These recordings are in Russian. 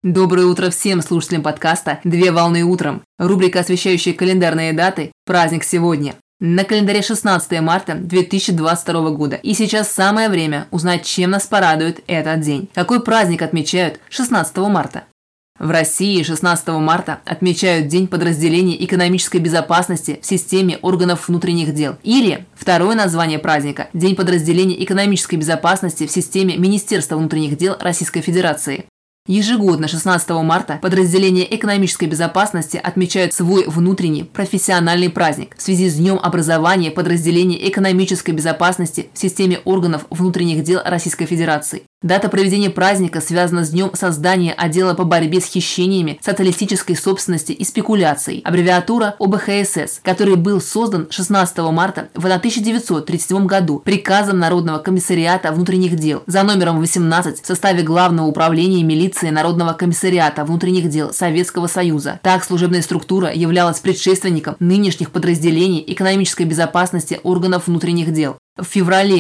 Доброе утро всем слушателям подкаста «Две волны утром». Рубрика, освещающая календарные даты «Праздник сегодня». На календаре 16 марта 2022 года. И сейчас самое время узнать, чем нас порадует этот день. Какой праздник отмечают 16 марта? В России 16 марта отмечают День подразделения экономической безопасности в системе органов внутренних дел. Или второе название праздника – День подразделения экономической безопасности в системе Министерства внутренних дел Российской Федерации. Ежегодно 16 марта подразделения экономической безопасности отмечают свой внутренний профессиональный праздник в связи с Днем образования подразделения экономической безопасности в системе органов внутренних дел Российской Федерации. Дата проведения праздника связана с днем создания отдела по борьбе с хищениями, социалистической собственности и спекуляцией, аббревиатура ОБХСС, который был создан 16 марта в 1937 году приказом Народного комиссариата внутренних дел за номером 18 в составе Главного управления милиции Народного комиссариата внутренних дел Советского Союза. Так служебная структура являлась предшественником нынешних подразделений экономической безопасности органов внутренних дел. В феврале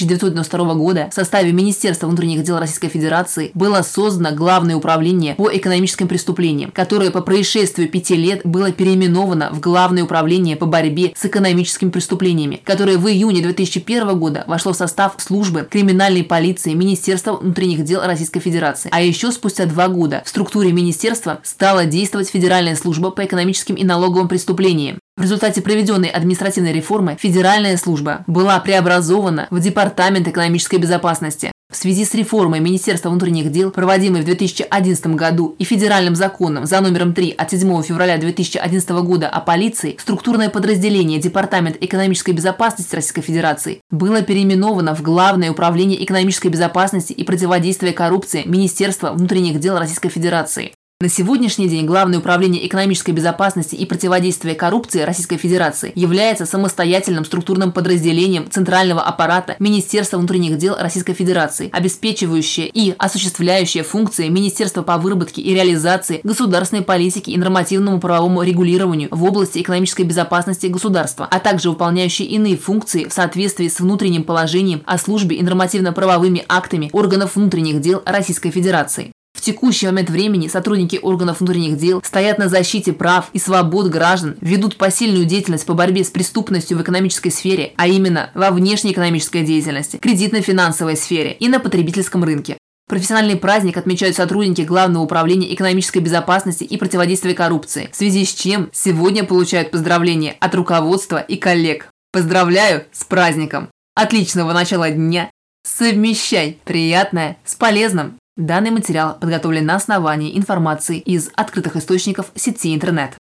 1992 года в составе Министерства внутренних дел Российской Федерации было создано Главное управление по экономическим преступлениям, которое по происшествию 5 лет было переименовано в Главное управление по борьбе с экономическими преступлениями, которое в июне 2001 года вошло в состав службы криминальной полиции Министерства внутренних дел Российской Федерации. А еще спустя 2 года в структуре министерства стала действовать Федеральная служба по экономическим и налоговым преступлениям. В результате проведенной административной реформы Федеральная служба была преобразована в Департамент экономической безопасности. В связи с реформой Министерства внутренних дел, проводимой в 2011 году, и федеральным законом за номером 3 от 7 февраля 2011 года о полиции, структурное подразделение Департамент экономической безопасности Российской Федерации было переименовано в Главное управление экономической безопасности и противодействия коррупции Министерства внутренних дел Российской Федерации. На сегодняшний день Главное управление экономической безопасности и противодействия коррупции Российской Федерации является самостоятельным структурным подразделением центрального аппарата Министерства внутренних дел Российской Федерации, обеспечивающее и осуществляющее функции Министерства по выработке и реализации государственной политики и нормативному правовому регулированию в области экономической безопасности государства, а также выполняющее иные функции в соответствии с внутренним положением о службе и нормативно-правовыми актами органов внутренних дел Российской Федерации. В текущий момент времени сотрудники органов внутренних дел стоят на защите прав и свобод граждан, ведут посильную деятельность по борьбе с преступностью в экономической сфере, а именно во внешнеэкономической деятельности, кредитно-финансовой сфере и на потребительском рынке. Профессиональный праздник отмечают сотрудники Главного управления экономической безопасности и противодействия коррупции, в связи с чем сегодня получают поздравления от руководства и коллег. Поздравляю с праздником! Отличного начала дня! Совмещай приятное с полезным! Данный материал подготовлен на основании информации из открытых источников сети интернет.